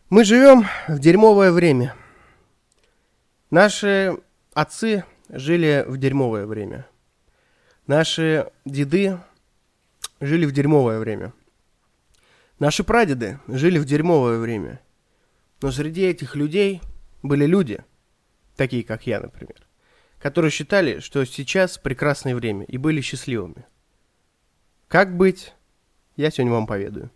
Мы живем в дерьмовое время. Наши отцы жили в дерьмовое время. Наши деды жили в дерьмовое время. Наши прадеды жили в дерьмовое время. Но среди этих людей были люди, такие как я, например, которые считали, что сейчас прекрасное время и были счастливыми. Как быть, я сегодня вам поведаю.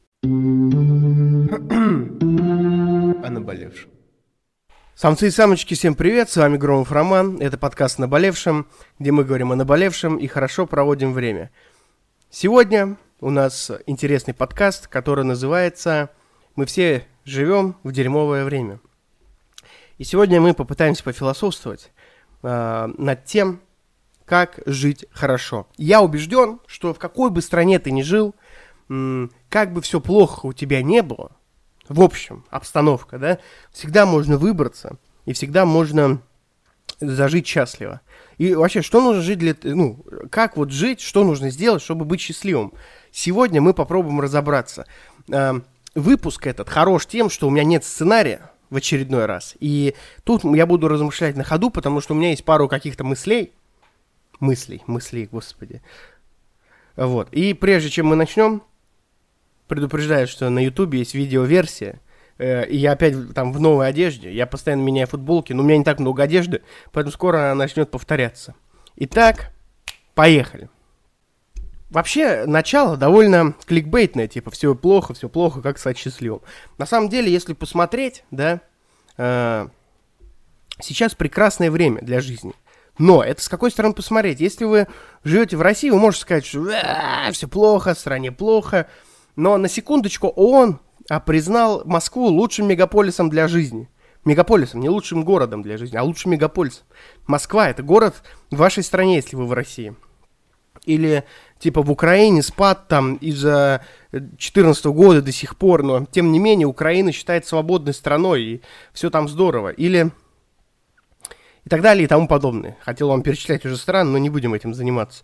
О наболевшем. Самцы и самочки, всем привет, с вами Громов Роман, это подкаст о наболевшем, где мы говорим о наболевшем и хорошо проводим время. Сегодня у нас интересный подкаст, который называется «Мы все живем в дерьмовое время». И сегодня мы попытаемся пофилософствовать над тем, как жить хорошо. Я убежден, что в какой бы стране ты ни жил, как бы все плохо у тебя не было, в общем, обстановка, да, всегда можно выбраться, и всегда можно зажить счастливо. И вообще, что нужно жить как вот жить, что нужно сделать, чтобы быть счастливым? Сегодня мы попробуем разобраться. Выпуск этот хорош тем, что у меня нет сценария в очередной раз, и тут я буду размышлять на ходу, потому что у меня есть пару каких-то мыслей, господи. Вот, и прежде чем мы начнем, предупреждаю, что на Ютубе есть видеоверсия, и я опять там в новой одежде, я постоянно меняю футболки, но у меня не так много одежды, поэтому скоро она начнет повторяться. Итак, поехали. Вообще, начало довольно кликбейтное, типа все плохо, как стать счастливым. На самом деле, если посмотреть, да, сейчас прекрасное время для жизни. Но это с какой стороны посмотреть? Если вы живете в России, вы можете сказать, что все плохо, в стране плохо. Но на секундочку ООН признал Москву лучшим мегаполисом для жизни. Мегаполисом, не лучшим городом для жизни, а лучшим мегаполисом. Москва — это город в вашей стране, если вы в России. Или типа в Украине спад там из-за 2014 года до сих пор, но тем не менее Украина считается свободной страной, и все там здорово. Или и так далее и тому подобное. Хотел вам перечислять уже страны, но не будем этим заниматься.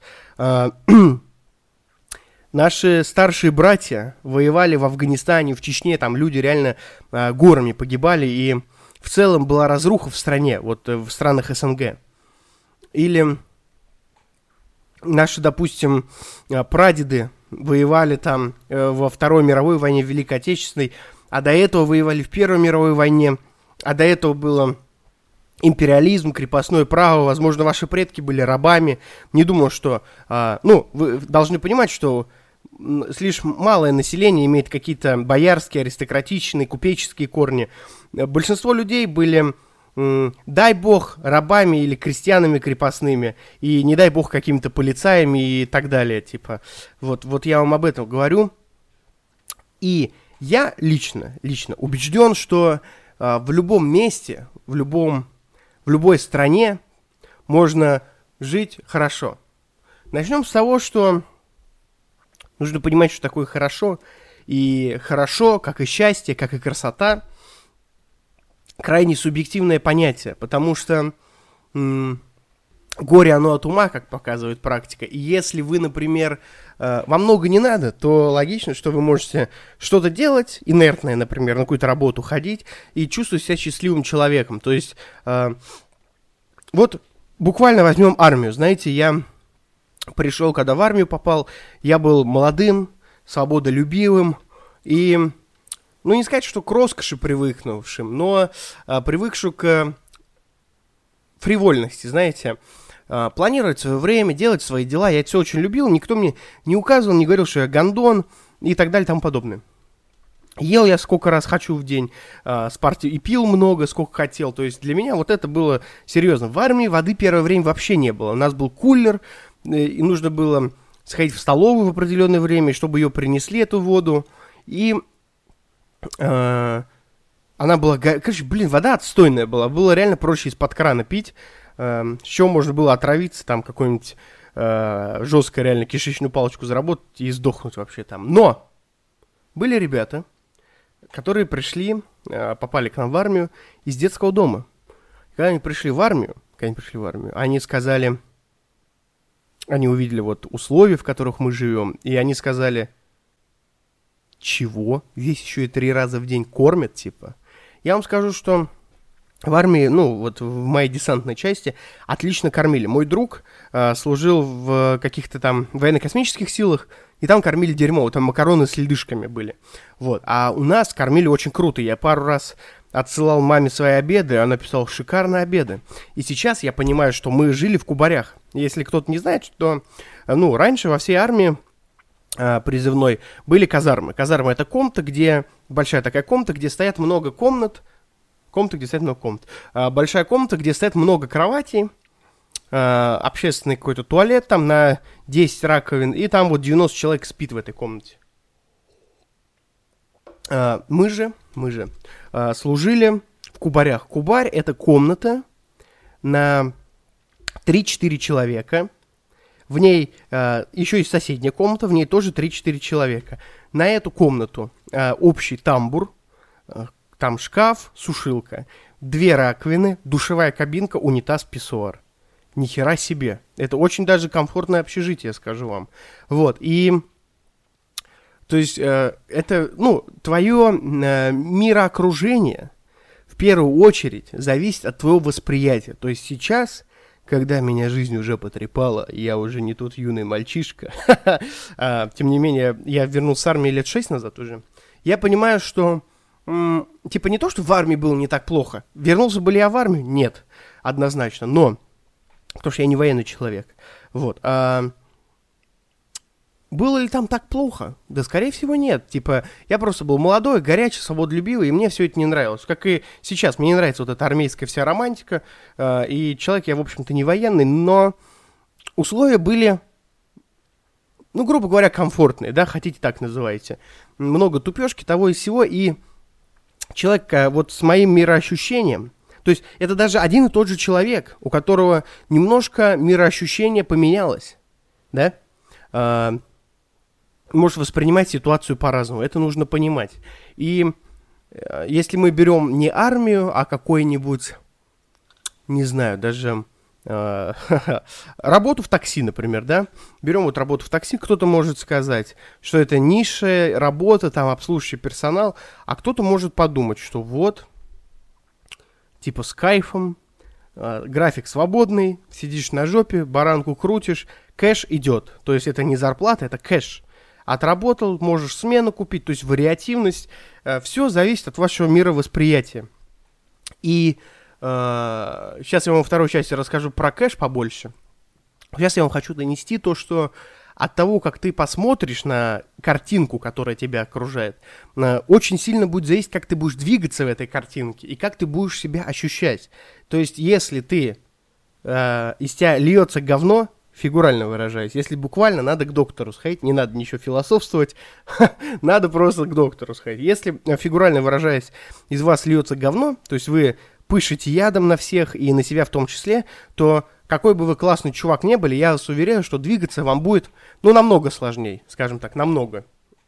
Наши старшие братья воевали в Афганистане, в Чечне, там люди реально горами погибали, и в целом была разруха в стране, вот в странах СНГ. Или наши, допустим, прадеды воевали там во Второй мировой войне, в Великой Отечественной, а до этого воевали в Первой мировой войне, а до этого было империализм, крепостное право, возможно, ваши предки были рабами. Не думаю, что... вы должны понимать, что слишком малое население имеет какие-то боярские, аристократичные, купеческие корни. Большинство людей были, дай бог, рабами или крестьянами крепостными, и не дай бог какими-то полицаями и так далее. Типа. Вот я вам об этом говорю. И я лично убежден, что в любом месте, в любой стране можно жить хорошо. Начнем с того, что нужно понимать, что такое хорошо. И хорошо, как и счастье, как и красота, крайне субъективное понятие. Потому что горе оно от ума, как показывает практика. И если вы, например, вам много не надо, то логично, что вы можете что-то делать, инертное, например, на какую-то работу ходить, и чувствовать себя счастливым человеком. То есть, вот буквально возьмем армию. Знаете, я пришел, когда в армию попал, я был молодым, свободолюбивым и, не сказать, что к роскоши привыкнувшим, но привыкшим к фривольности, знаете, планировать свое время, делать свои дела. Я это все очень любил, никто мне не указывал, не говорил, что я гондон и так далее и тому подобное. Ел я сколько раз хочу в день, и пил много, сколько хотел. То есть для меня вот это было серьезно. В армии воды первое время вообще не было. У нас был кулер, и нужно было сходить в столовую в определенное время, чтобы ее принесли, эту воду. И она была... Короче, вода отстойная была. Было реально проще из-под крана пить. С чего можно было отравиться, там, какую-нибудь жесткую реально кишечную палочку заработать и сдохнуть вообще там. Но были ребята, которые попали к нам в армию из детского дома. Когда они пришли в армию, они сказали, они увидели вот условия, в которых мы живем, и они сказали, Чего? Здесь еще и 3 раза в день кормят, типа? Я вам скажу, что в армии, ну, вот в моей десантной части отлично кормили. Мой друг служил в каких-то там военно-космических силах, и там кормили дерьмо, там макароны с ледышками были. Вот. А у нас кормили очень круто. Я пару раз отсылал маме свои обеды, она писала: шикарные обеды. И сейчас я понимаю, что мы жили в Кубарях. Если кто-то не знает, что, ну, раньше во всей армии призывной были казармы. Казарма — это комната, где, большая такая комната, где стоят много комнат. Большая комната, где стоят много кроватей, общественный какой-то туалет там на 10 раковин, и там вот 90 человек спит в этой комнате. Мы же служили в Кубарях. Кубарь — это комната на 3-4 человека. В ней еще есть соседняя комната, в ней тоже 3-4 человека. На эту комнату общий тамбур, там шкаф, сушилка, 2 раковины, душевая кабинка, унитаз, писсуар. Ни хера себе. Это очень даже комфортное общежитие, скажу вам. Вот, и... То есть это, ну, твое мироокружение в первую очередь зависит от твоего восприятия. То есть сейчас... Когда меня жизнь уже потрепала, я уже не тот юный мальчишка, тем не менее, я вернулся с армии лет 6 назад уже, я понимаю, что, типа, не то, что в армии было не так плохо. Вернулся бы ли я в армию? Нет, однозначно, но, потому что я не военный человек, вот, было ли там так плохо? Да, скорее всего, нет. Типа, я просто был молодой, горячий, свободолюбивый, и мне все это не нравилось. Как и сейчас, мне не нравится вот эта армейская вся романтика, и человек я, в общем-то, не военный, но условия были, ну, грубо говоря, комфортные, да, хотите так называйте. Много тупешки, того и сего, и человек вот с моим мироощущением, то есть это даже один и тот же человек, у которого немножко мироощущение поменялось, да, может воспринимать ситуацию по-разному. Это нужно понимать. И если мы берем не армию, а какой-нибудь, не знаю, даже работу в такси, например, да? Берем вот работу в такси, кто-то может сказать, что это низшая работа, там обслуживающий персонал, а кто-то может подумать, что вот, типа с кайфом, график свободный, сидишь на жопе, баранку крутишь, кэш идет. То есть это не зарплата, это кэш. Отработал, можешь смену купить, то есть вариативность. Все зависит от вашего мировосприятия. И сейчас я вам во второй части расскажу про кэш побольше. Сейчас я вам хочу донести то, что от того, как ты посмотришь на картинку, которая тебя окружает, очень сильно будет зависеть, как ты будешь двигаться в этой картинке и как ты будешь себя ощущать. То есть, если ты из тебя льется говно, фигурально выражаясь, если буквально, надо к доктору сходить, не надо ничего философствовать, надо просто к доктору сходить. Если, фигурально выражаясь, из вас льется говно, то есть вы пышете ядом на всех и на себя в том числе, то какой бы вы классный чувак не были, я вас уверяю, что двигаться вам будет, ну, намного сложнее, скажем так, намного.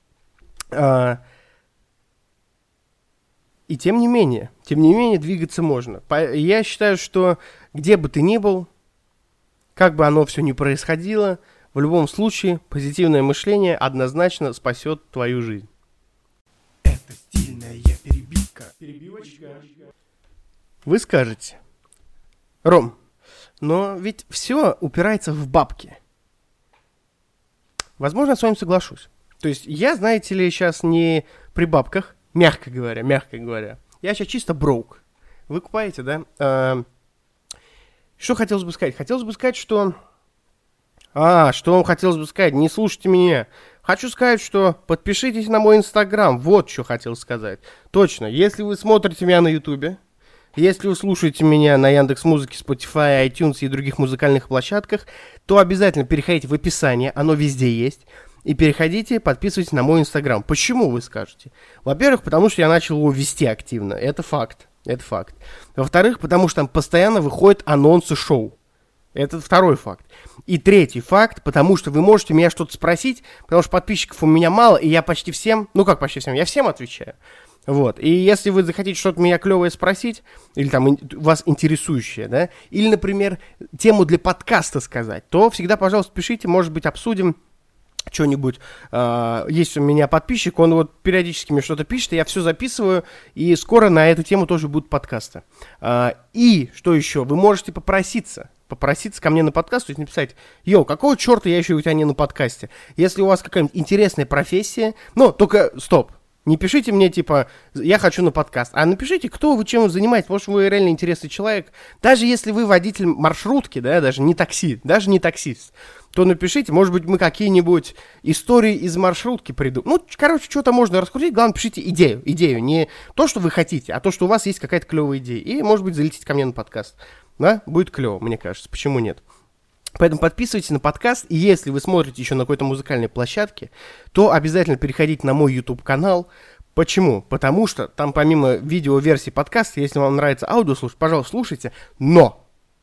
И тем не менее, двигаться можно. Я считаю, что где бы ты ни был, как бы оно все ни происходило, в любом случае позитивное мышление однозначно спасет твою жизнь. Это стильная перебивка. Перебивочка. Вы скажете: Ром, но ведь все упирается в бабки. Возможно, я с вами соглашусь. То есть я, знаете ли, сейчас не при бабках, мягко говоря. Я сейчас чисто броук. Вы купаете, да? Что хотелось бы сказать? Хотелось бы сказать, что... что вам хотелось бы сказать? Не слушайте меня. Хочу сказать, что подпишитесь на мой инстаграм. Вот что хотел сказать. Точно. Если вы смотрите меня на ютубе, если вы слушаете меня на Яндекс.Музыке, Spotify, iTunes и других музыкальных площадках, то обязательно переходите в описание. Оно везде есть. И переходите, подписывайтесь на мой инстаграм. Почему, вы скажете? Во-первых, потому что я начал его вести активно. Это факт. Во-вторых, потому что там постоянно выходят анонсы шоу. Это второй факт. И третий факт, потому что вы можете меня что-то спросить, потому что подписчиков у меня мало, и я почти всем, я всем отвечаю. Вот. И если вы захотите что-то меня клевое спросить, или там вас интересующее, да, или, например, тему для подкаста сказать, то всегда, пожалуйста, пишите, может быть, обсудим. что-нибудь, есть у меня подписчик, он вот периодически мне что-то пишет, я все записываю, и скоро на эту тему тоже будут подкасты. И, что еще, вы можете попроситься ко мне на подкаст, то есть написать: йоу, какого черта я еще у тебя не на подкасте? Если у вас какая-нибудь интересная профессия, только стоп. Не пишите мне, типа, я хочу на подкаст, а напишите, кто вы, чем вы занимаетесь, может, вы реально интересный человек. Даже если вы водитель маршрутки, да, даже не таксист, то напишите, может быть, мы какие-нибудь истории из маршрутки придумаем. Что-то можно раскрутить, главное, пишите идею, не то, что вы хотите, а то, что у вас есть какая-то клевая идея, и, может быть, залетите ко мне на подкаст, да, будет клево, мне кажется, почему нет. Поэтому подписывайтесь на подкаст, и если вы смотрите еще на какой-то музыкальной площадке, то обязательно переходите на мой YouTube-канал. Почему? Потому что там помимо видеоверсии подкаста, если вам нравится аудио слушать, пожалуйста, слушайте, но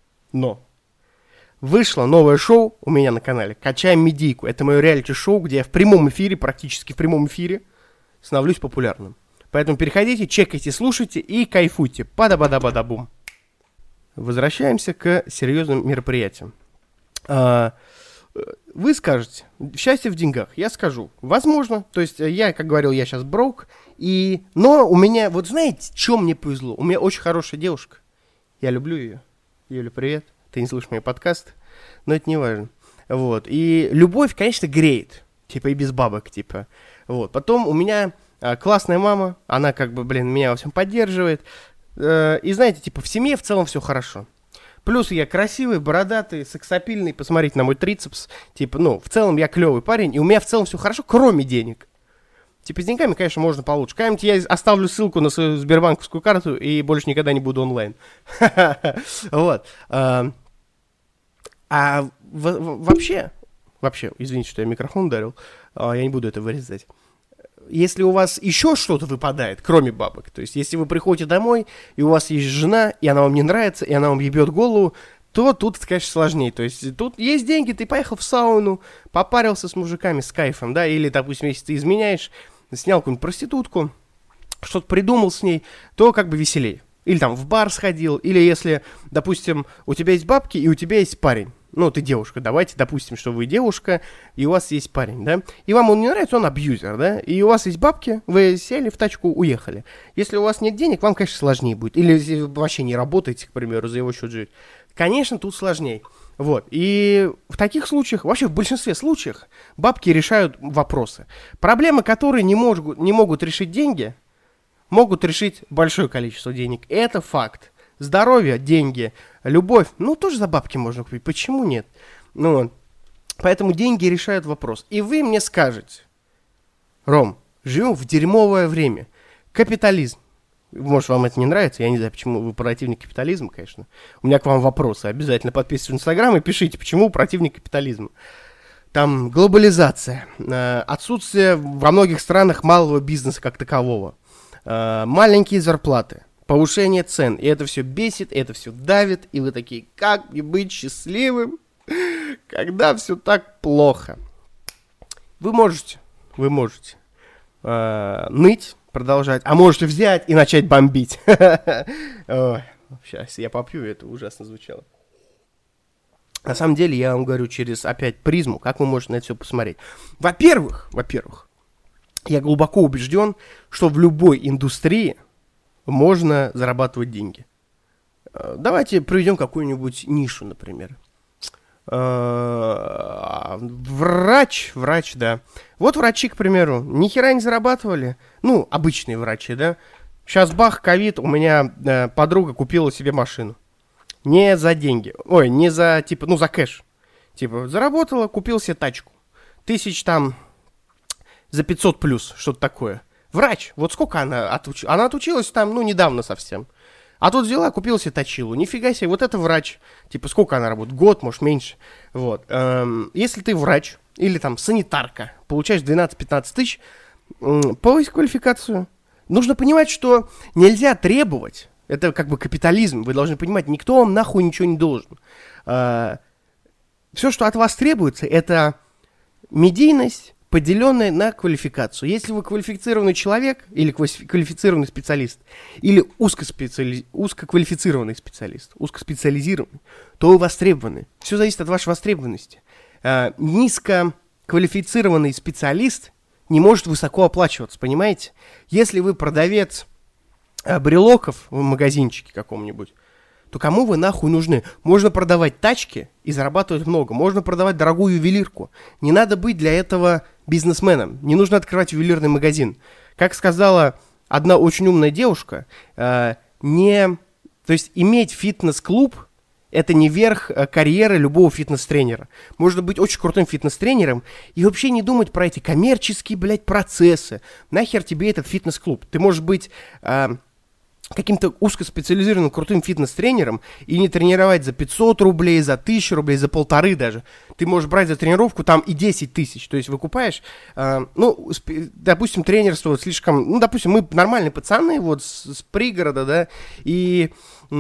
вышло новое шоу у меня на канале «Качаем медийку». Это мое реалити-шоу, где я практически в прямом эфире становлюсь популярным. Поэтому переходите, чекайте, слушайте и кайфуйте. Пада-бада-бада-бум. Возвращаемся к серьезным мероприятиям. Вы скажете, счастье в деньгах. Я скажу, возможно. То есть я, как говорил, я сейчас брок. Но у меня, вот знаете, что мне повезло? У меня очень хорошая девушка. Я люблю ее. Юля, привет. Ты не слышишь мои подкасты, но это не важно. Вот. И любовь, конечно, греет. Типа и без бабок, типа. Вот. Потом у меня классная мама. Она меня во всем поддерживает. И знаете, типа в семье в целом все хорошо. Плюс я красивый, бородатый, сексапильный, посмотрите на мой трицепс. Типа, в целом я клевый парень, и у меня в целом все хорошо, кроме денег. Типа, с деньгами, конечно, можно получше. Когда-нибудь я оставлю ссылку на свою сбербанковскую карту и больше никогда не буду онлайн. Вот. Вообще, извините, что я микрофон ударил, я не буду это вырезать. Если у вас еще что-то выпадает, кроме бабок, то есть если вы приходите домой, и у вас есть жена, и она вам не нравится, и она вам ебет голову, то тут, конечно, сложнее. То есть тут есть деньги, ты поехал в сауну, попарился с мужиками с кайфом, да, или, допустим, если ты изменяешь, снял какую-нибудь проститутку, что-то придумал с ней, то веселее. Или там в бар сходил, или если, допустим, у тебя есть бабки, и у тебя есть парень. Ты девушка, давайте допустим, что вы девушка, и у вас есть парень, да, и вам он не нравится, он абьюзер, да, и у вас есть бабки, вы сели в тачку, уехали. Если у вас нет денег, вам, конечно, сложнее будет, или если вы вообще не работаете, к примеру, за его счет жить, конечно, тут сложнее, вот, и в таких случаях, вообще в большинстве случаев, бабки решают вопросы. Проблемы, которые не могут решить деньги, могут решить большое количество денег, это факт. Здоровье, деньги, любовь, тоже за бабки можно купить, почему нет? Поэтому деньги решают вопрос. И вы мне скажете: Ром, живем в дерьмовое время, капитализм. Может, вам это не нравится, я не знаю, почему вы противник капитализма, конечно. У меня к вам вопросы, обязательно подписывайтесь в Инстаграм и пишите, почему противник капитализма. Там глобализация, отсутствие во многих странах малого бизнеса как такового, маленькие зарплаты, повышение цен, и это все бесит, это все давит, и вы такие: как мне быть счастливым, когда все так плохо? Вы можете ныть, продолжать, а можете взять и начать бомбить. Сейчас я попью, это ужасно звучало. На самом деле, я вам говорю через опять призму, как вы можете на это все посмотреть. Во-первых, я глубоко убежден, что в любой индустрии можно зарабатывать деньги. Давайте проведем какую-нибудь нишу, например. Врач, да. Вот врачи, к примеру, ни хера не зарабатывали. Обычные врачи, да. Сейчас бах, ковид, у меня подруга купила себе машину. Не за деньги. Не за, за кэш. Заработала, купила себе тачку. За 500 плюс, что-то такое. Врач, вот сколько она отучилась? Она отучилась там, недавно совсем. А тут взяла, купила себе точилу. Нифига себе, вот это врач. Сколько она работает? Год, может, меньше. Вот. Если ты врач или там санитарка, получаешь 12-15 тысяч, повысь квалификацию. Нужно понимать, что нельзя требовать. Это капитализм. Вы должны понимать, никто вам нахуй ничего не должен. Все, что от вас требуется, это медийность, поделенная на квалификацию. Если вы квалифицированный человек, или квалифицированный специалист, или узкоквалифицированный специалист, узкоспециализированный, то вы востребованы. Все зависит от вашей востребованности. квалифицированный специалист не может высоко оплачиваться, понимаете? Если вы продавец брелоков в магазинчике каком-нибудь, то кому вы нахуй нужны? Можно продавать тачки и зарабатывать много. Можно продавать дорогую ювелирку. Не надо быть для этого бизнесменом. Не нужно открывать ювелирный магазин. Как сказала одна очень умная девушка, то есть иметь фитнес-клуб — это не верх карьеры любого фитнес-тренера. Можно быть очень крутым фитнес-тренером и вообще не думать про эти коммерческие, процессы. Нахер тебе этот фитнес-клуб? Ты можешь быть каким-то узкоспециализированным крутым фитнес-тренером и не тренировать за 500 рублей, за 1000 рублей, за 1500 даже. Ты можешь брать за тренировку там и 10 тысяч. То есть выкупаешь, допустим, тренерство слишком... допустим, мы нормальные пацаны вот с пригорода, да, и,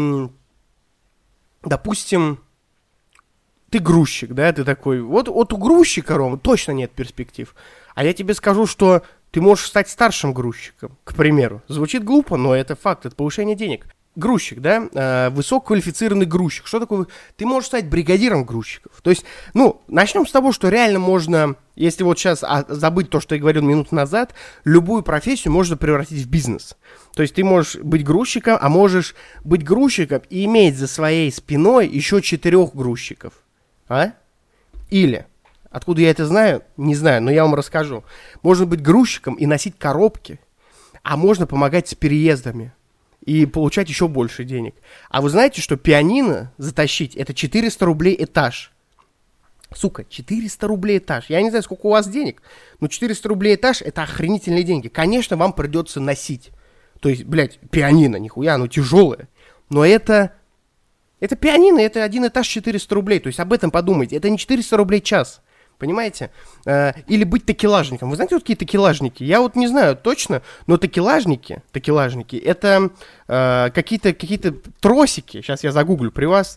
допустим, ты грузчик, да, ты такой... Вот у грузчика, Рома, точно нет перспектив. А я тебе скажу, что ты можешь стать старшим грузчиком, к примеру. Звучит глупо, но это факт, это повышение денег. Грузчик, да, высококвалифицированный грузчик. Что такое? Ты можешь стать бригадиром грузчиков. То есть, начнем с того, что реально можно, если вот сейчас забыть то, что я говорил минуту назад, любую профессию можно превратить в бизнес. То есть ты можешь быть грузчиком, а можешь быть грузчиком и иметь за своей спиной еще 4 грузчиков. Или... Откуда я это знаю? Не знаю, но я вам расскажу. Можно быть грузчиком и носить коробки, а можно помогать с переездами и получать еще больше денег. А вы знаете, что пианино затащить — это 400 рублей этаж? Сука, 400 рублей этаж. Я не знаю, сколько у вас денег, но 400 рублей этаж — это охренительные деньги. Конечно, вам придется носить. То есть, пианино, нихуя, оно тяжелое. Но это пианино, это один этаж 400 рублей. То есть об этом подумайте. Это не 400 рублей час. Понимаете? Или быть такелажником. Вы знаете, вот какие такелажники? Я вот не знаю точно, но такелажники, это какие-то тросики. Сейчас я загуглю при вас.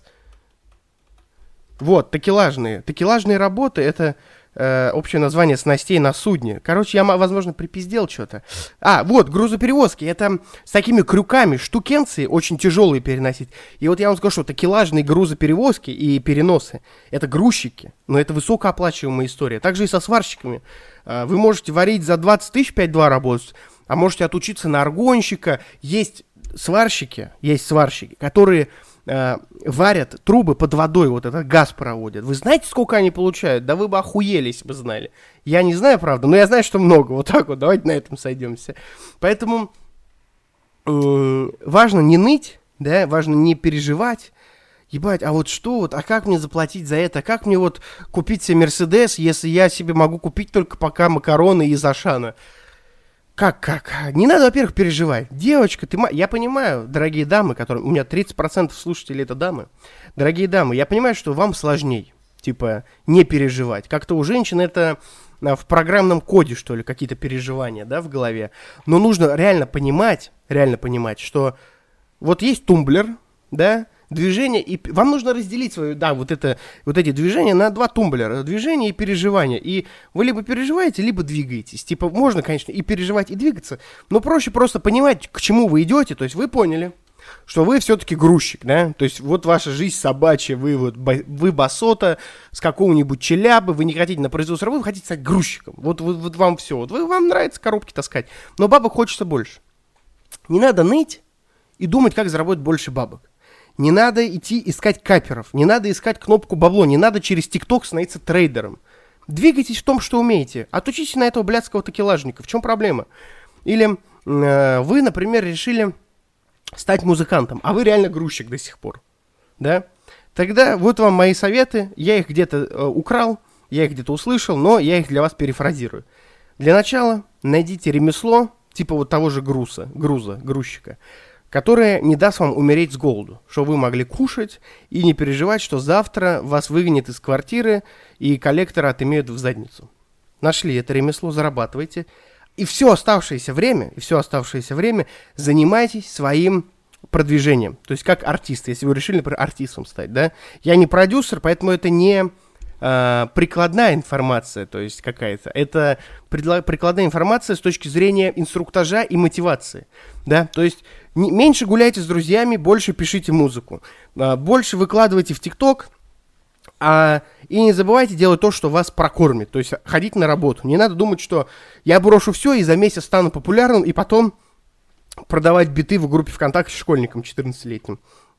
Вот, такелажные работы — это общее название снастей на судне. Короче, я, возможно, припиздел что-то. Вот, грузоперевозки. Это с такими крюками, штукенции очень тяжелые переносить. И вот я вам скажу, что такелажные грузоперевозки и переносы — это грузчики. Но это высокооплачиваемая история. Также и со сварщиками. Вы можете варить за 20 тысяч 5-2 работать, а можете отучиться на аргонщика. Есть сварщики, которые... варят трубы под водой, вот этот газ проводят. Вы знаете, сколько они получают? Да вы бы охуели, если бы знали. Я не знаю, правда, но я знаю, что много. Вот так вот, давайте на этом сойдемся. Поэтому важно не ныть, да, важно не переживать. Ебать, а как мне заплатить за это? Как мне вот купить себе Мерседес, если я себе могу купить только пока макароны из Ашана? Как? Не надо, во-первых, переживать. Девочка, я понимаю, дорогие дамы, у меня 30% слушателей это дамы. Дорогие дамы, я понимаю, что вам сложней, не переживать. Как-то у женщин это в программном коде, что ли, какие-то переживания, да, в голове. Но нужно реально понимать, что вот есть тумблер, да, движение, и вам нужно разделить вот эти движения на 2 тумблера. Движение и переживание. И вы либо переживаете, либо двигаетесь. Можно, конечно, и переживать, и двигаться, но проще просто понимать, к чему вы идете. То есть вы поняли, что вы все-таки грузчик, да? То есть вот ваша жизнь собачья, вы басота с какого-нибудь Челябы, вы не хотите на производство работы, вы хотите стать грузчиком. Вот вам все. Вам нравится коробки таскать, но бабок хочется больше. Не надо ныть и думать, как заработать больше бабок. Не надо идти искать каперов, не надо искать кнопку бабло, не надо через ТикТок становиться трейдером. Двигайтесь в том, что умеете. Отучитесь на этого блядского такелажника. В чем проблема? Или вы, например, решили стать музыкантом, а вы реально грузчик до сих пор. Да? Тогда вот вам мои советы. Я их где-то украл, я их где-то услышал, но я их для вас перефразирую. Для начала найдите ремесло, типа вот того же грузчика, которое не даст вам умереть с голоду, чтобы вы могли кушать и не переживать, что завтра вас выгонят из квартиры и коллектора отымеют в задницу. Нашли это ремесло, зарабатывайте. И все оставшееся время занимайтесь своим продвижением. То есть как артист, если вы решили, например, артистом стать, да. Я не продюсер, поэтому это не прикладная информация, то есть какая-то. Это прикладная информация с точки зрения инструктажа и мотивации, да. То есть меньше гуляйте с друзьями, больше пишите музыку, больше выкладывайте в ТикТок, И не забывайте делать то, что вас прокормит. То есть ходить на работу. Не надо думать, что я брошу все и за месяц стану популярным, и потом продавать биты в группе ВКонтакте школьникам 14-летним.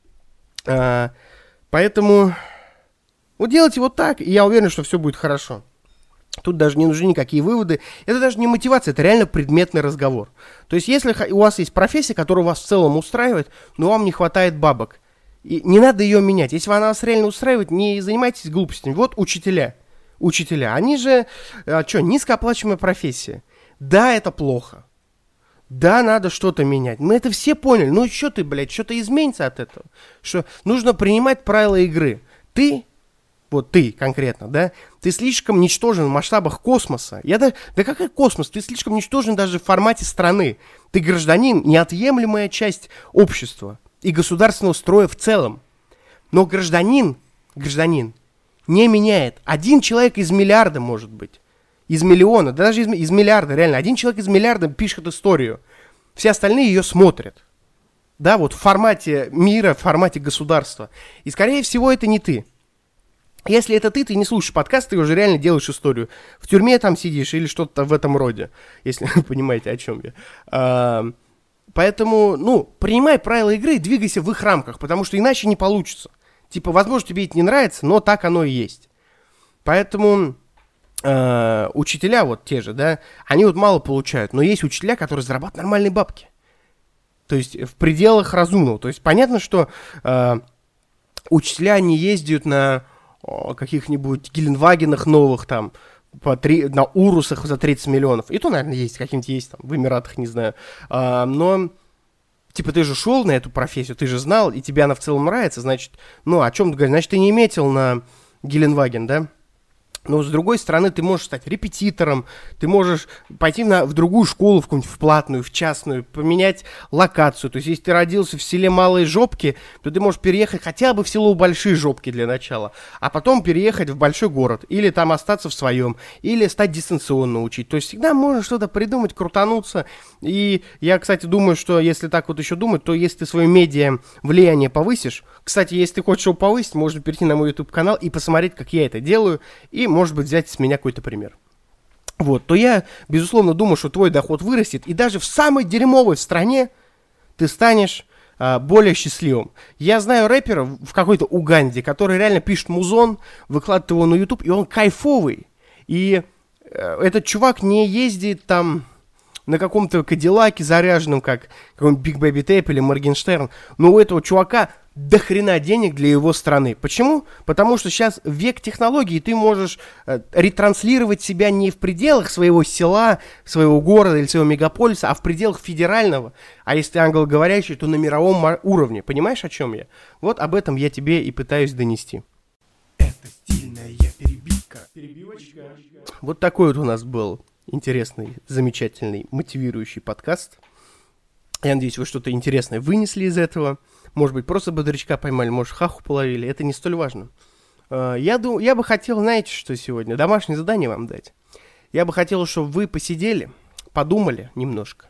Поэтому вот делайте вот так, и я уверен, что все будет хорошо. Тут даже не нужны никакие выводы. Это даже не мотивация, это реально предметный разговор. То есть если у вас есть профессия, которая вас в целом устраивает, но вам не хватает бабок, и не надо ее менять. Если она вас реально устраивает, не занимайтесь глупостями. Вот учителя. Учителя, они же, низкооплачиваемая профессия. Да, это плохо. Да, надо что-то менять. Мы это все поняли. Ну что ты, блядь, что-то изменится от этого. Что нужно принимать правила игры. Ты конкретно, да, ты слишком ничтожен в масштабах космоса. Да какой космос? Ты слишком ничтожен даже в формате страны. Ты гражданин, неотъемлемая часть общества и государственного строя в целом. Но гражданин не меняет. Один человек из миллиарда, может быть. Из миллиона, да даже из миллиарда, реально. Один человек из миллиарда пишет историю. Все остальные ее смотрят. Да, вот в формате мира, в формате государства. И, скорее всего, это не ты. Если это ты не слушаешь подкаст, ты уже реально делаешь историю. В тюрьме там сидишь или что-то в этом роде. Если вы понимаете, о чем я. Поэтому, принимай правила игры и двигайся в их рамках, потому что иначе не получится. Типа, возможно, тебе это не нравится, но так оно и есть. Поэтому учителя вот те же, да, они вот мало получают, но есть учителя, которые зарабатывают нормальные бабки. То есть в пределах разумного. То есть понятно, что учителя не ездят на каких-нибудь Геленвагенах новых там, на Урусах за 30 миллионов. И то, наверное, есть, каким-то есть там, в Эмиратах, не знаю. Но, типа, ты же шел на эту профессию, ты же знал, и тебе она в целом нравится, значит, о чем ты говоришь? Значит, ты не метил на Геленваген, да? Но, с другой стороны, ты можешь стать репетитором, ты можешь пойти в другую школу, в какую-нибудь в платную, в частную, поменять локацию. То есть, если ты родился в селе Малые Жопки, то ты можешь переехать хотя бы в село Большие Жопки для начала, а потом переехать в большой город, или там остаться в своем, или стать дистанционно учить. То есть, всегда можно что-то придумать, крутануться. И я, кстати, думаю, что если так вот еще думать, то если ты свое медиа влияние повысишь, кстати, если ты хочешь его повысить, можно перейти на мой YouTube-канал и посмотреть, как я это делаю, и, может быть, взять с меня какой-то пример. Вот, то я, безусловно, думаю, что твой доход вырастет, и даже в самой дерьмовой стране ты станешь более счастливым. Я знаю рэпера в какой-то Уганде, который реально пишет музон, выкладывает его на YouTube, и он кайфовый. И этот чувак не ездит там на каком-то Кадиллаке заряженном, как какой-нибудь Big Baby Tape или Моргенштерн, но у этого чувака до хрена денег для его страны. Почему? Потому что сейчас век технологий, и ты можешь ретранслировать себя не в пределах своего села, своего города или своего мегаполиса, а в пределах федерального. А если ты англоговорящий, то на мировом уровне. Понимаешь, о чем я? Вот об этом я тебе и пытаюсь донести. Это стильная перебивка. Перебивочка. Вот такой вот у нас был интересный, замечательный, мотивирующий подкаст. Я надеюсь, вы что-то интересное вынесли из этого. Может быть, просто бодрячка поймали, может, хаху половили. Это не столь важно. Я бы хотел, знаете, что сегодня? Домашнее задание вам дать. Я бы хотел, чтобы вы посидели, подумали немножко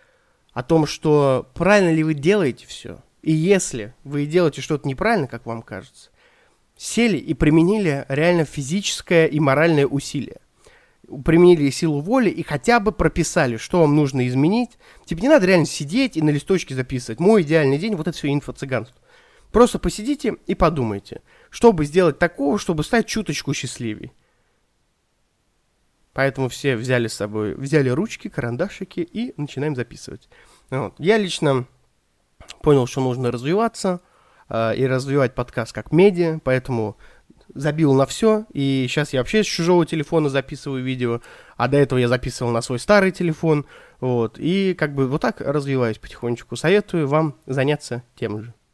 о том, что правильно ли вы делаете все. И если вы делаете что-то неправильно, как вам кажется, сели и применили реально физическое и моральное усилие. Применили силу воли и хотя бы прописали, что вам нужно изменить. Типа не надо реально сидеть и на листочке записывать. Мой идеальный день, вот это все инфо-цыганство. Просто посидите и подумайте, что бы сделать такого, чтобы стать чуточку счастливее. Поэтому все взяли ручки, карандашики и начинаем записывать. Вот. Я лично понял, что нужно развиваться и развивать подкаст как медиа, поэтому забил на все, и сейчас я вообще с чужого телефона записываю видео, а до этого я записывал на свой старый телефон, вот, и как бы вот так развиваюсь потихонечку. Советую вам заняться тем же.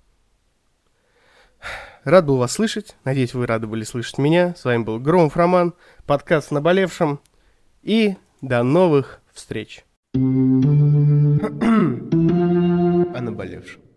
Рад был вас слышать, надеюсь, вы рады были слышать меня. С вами был Громов Роман, подкаст «Наболевшем», и до новых встреч. О наболевшем.